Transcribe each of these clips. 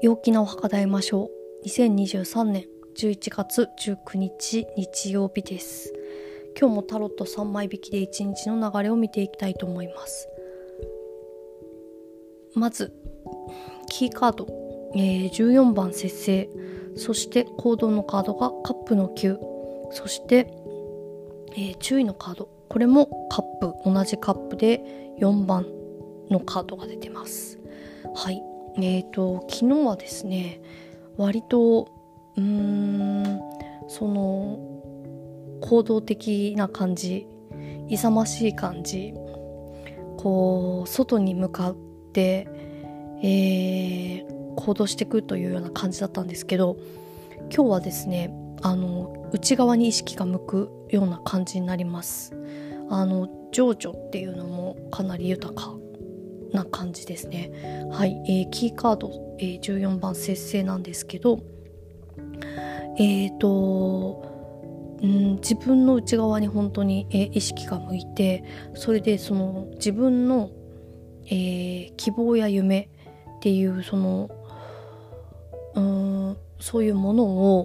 陽気なお墓大魔性2023年11月19日日曜日です。今日もタロット3枚引きで1日の流れを見ていきたいと思います。まずキーカード、14番節制、そして行動のカードがカップの9、そして、注意のカード、これもカップ、同じカップで4番のカードが出てます。はい、昨日はですね、割とその行動的な感じ、勇ましい感じ、こう外に向かって、行動していくというような感じだったんですけど、今日はですね、内側に意識が向くような感じになります。情緒っていうのもかなり豊かな感じですね。はい、キーカード、14番節制なんですけど、自分の内側に本当に、意識が向いて、それでその自分の、希望や夢っていうそういうものを、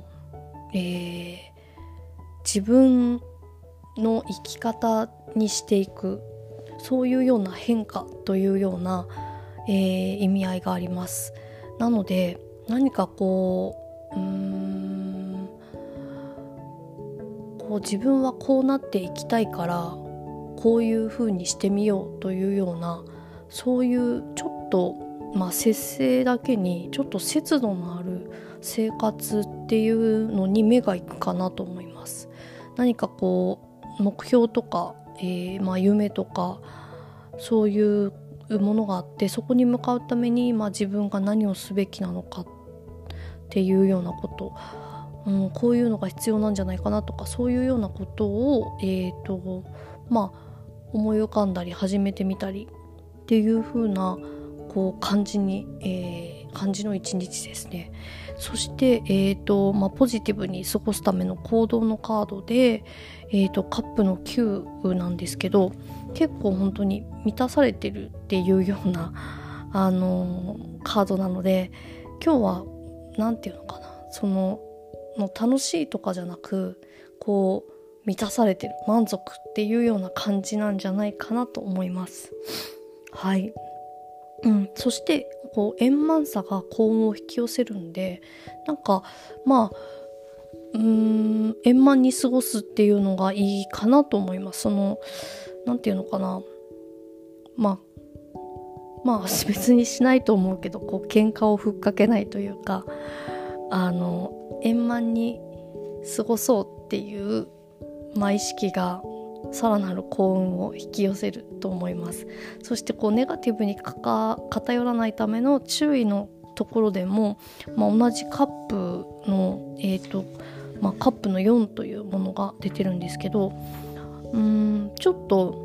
自分の生き方にしていく、そういうような変化というような、意味合いがあります。なので何かこう自分はこうなっていきたいからこういう風にしてみようというような、そういうちょっと節制だけにちょっと節度のある生活っていうのに目がいくかなと思います。何かこう目標とか、夢とかそういうものがあって、そこに向かうために、自分が何をすべきなのかっていうようなこと、こういうのが必要なんじゃないかなとか、そういうようなことを、思い浮かんだり始めてみたりっていう風な感じの一日ですね。そして、ポジティブに過ごすための行動のカードで、カップの9なんですけど、結構本当に満たされてるっていうような、カードなので、今日はなんていうのかな、楽しいとかじゃなく、満たされてる、満足っていうような感じなんじゃないかなと思います。はい。そして円満さが幸運を引き寄せるんで、なんか円満に過ごすっていうのがいいかなと思います。なんていうのかな、別にしないと思うけど、喧嘩をふっかけないというか、円満に過ごそうっていう、意識がさらなる幸運を引き寄せると思います。そしてネガティブに偏らないための注意のところでも、同じカップの、カップの4というものが出てるんですけど、ちょっと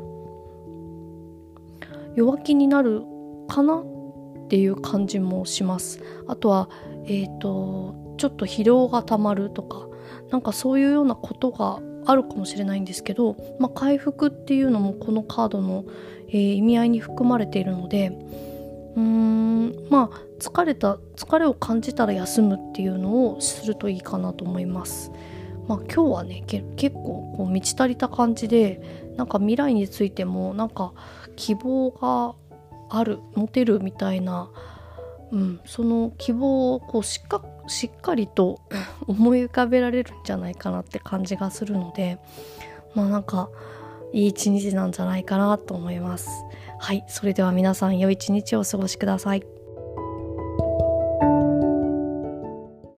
弱気になるかなっていう感じもします。あとは、ちょっと疲労がたまるとか、なんかそういうようなことがあるかもしれないんですけど、回復っていうのもこのカードの、意味合いに含まれているので、疲れを感じたら休むっていうのをするといいかなと思います。今日はね、結構満ち足りた感じで、なんか未来についてもなんか希望が持てるみたいな、その希望をしっかりと思い浮かべられるんじゃないかなって感じがするので、なんかいい一日なんじゃないかなと思います。はい、それでは皆さん良い一日をお過ごしください。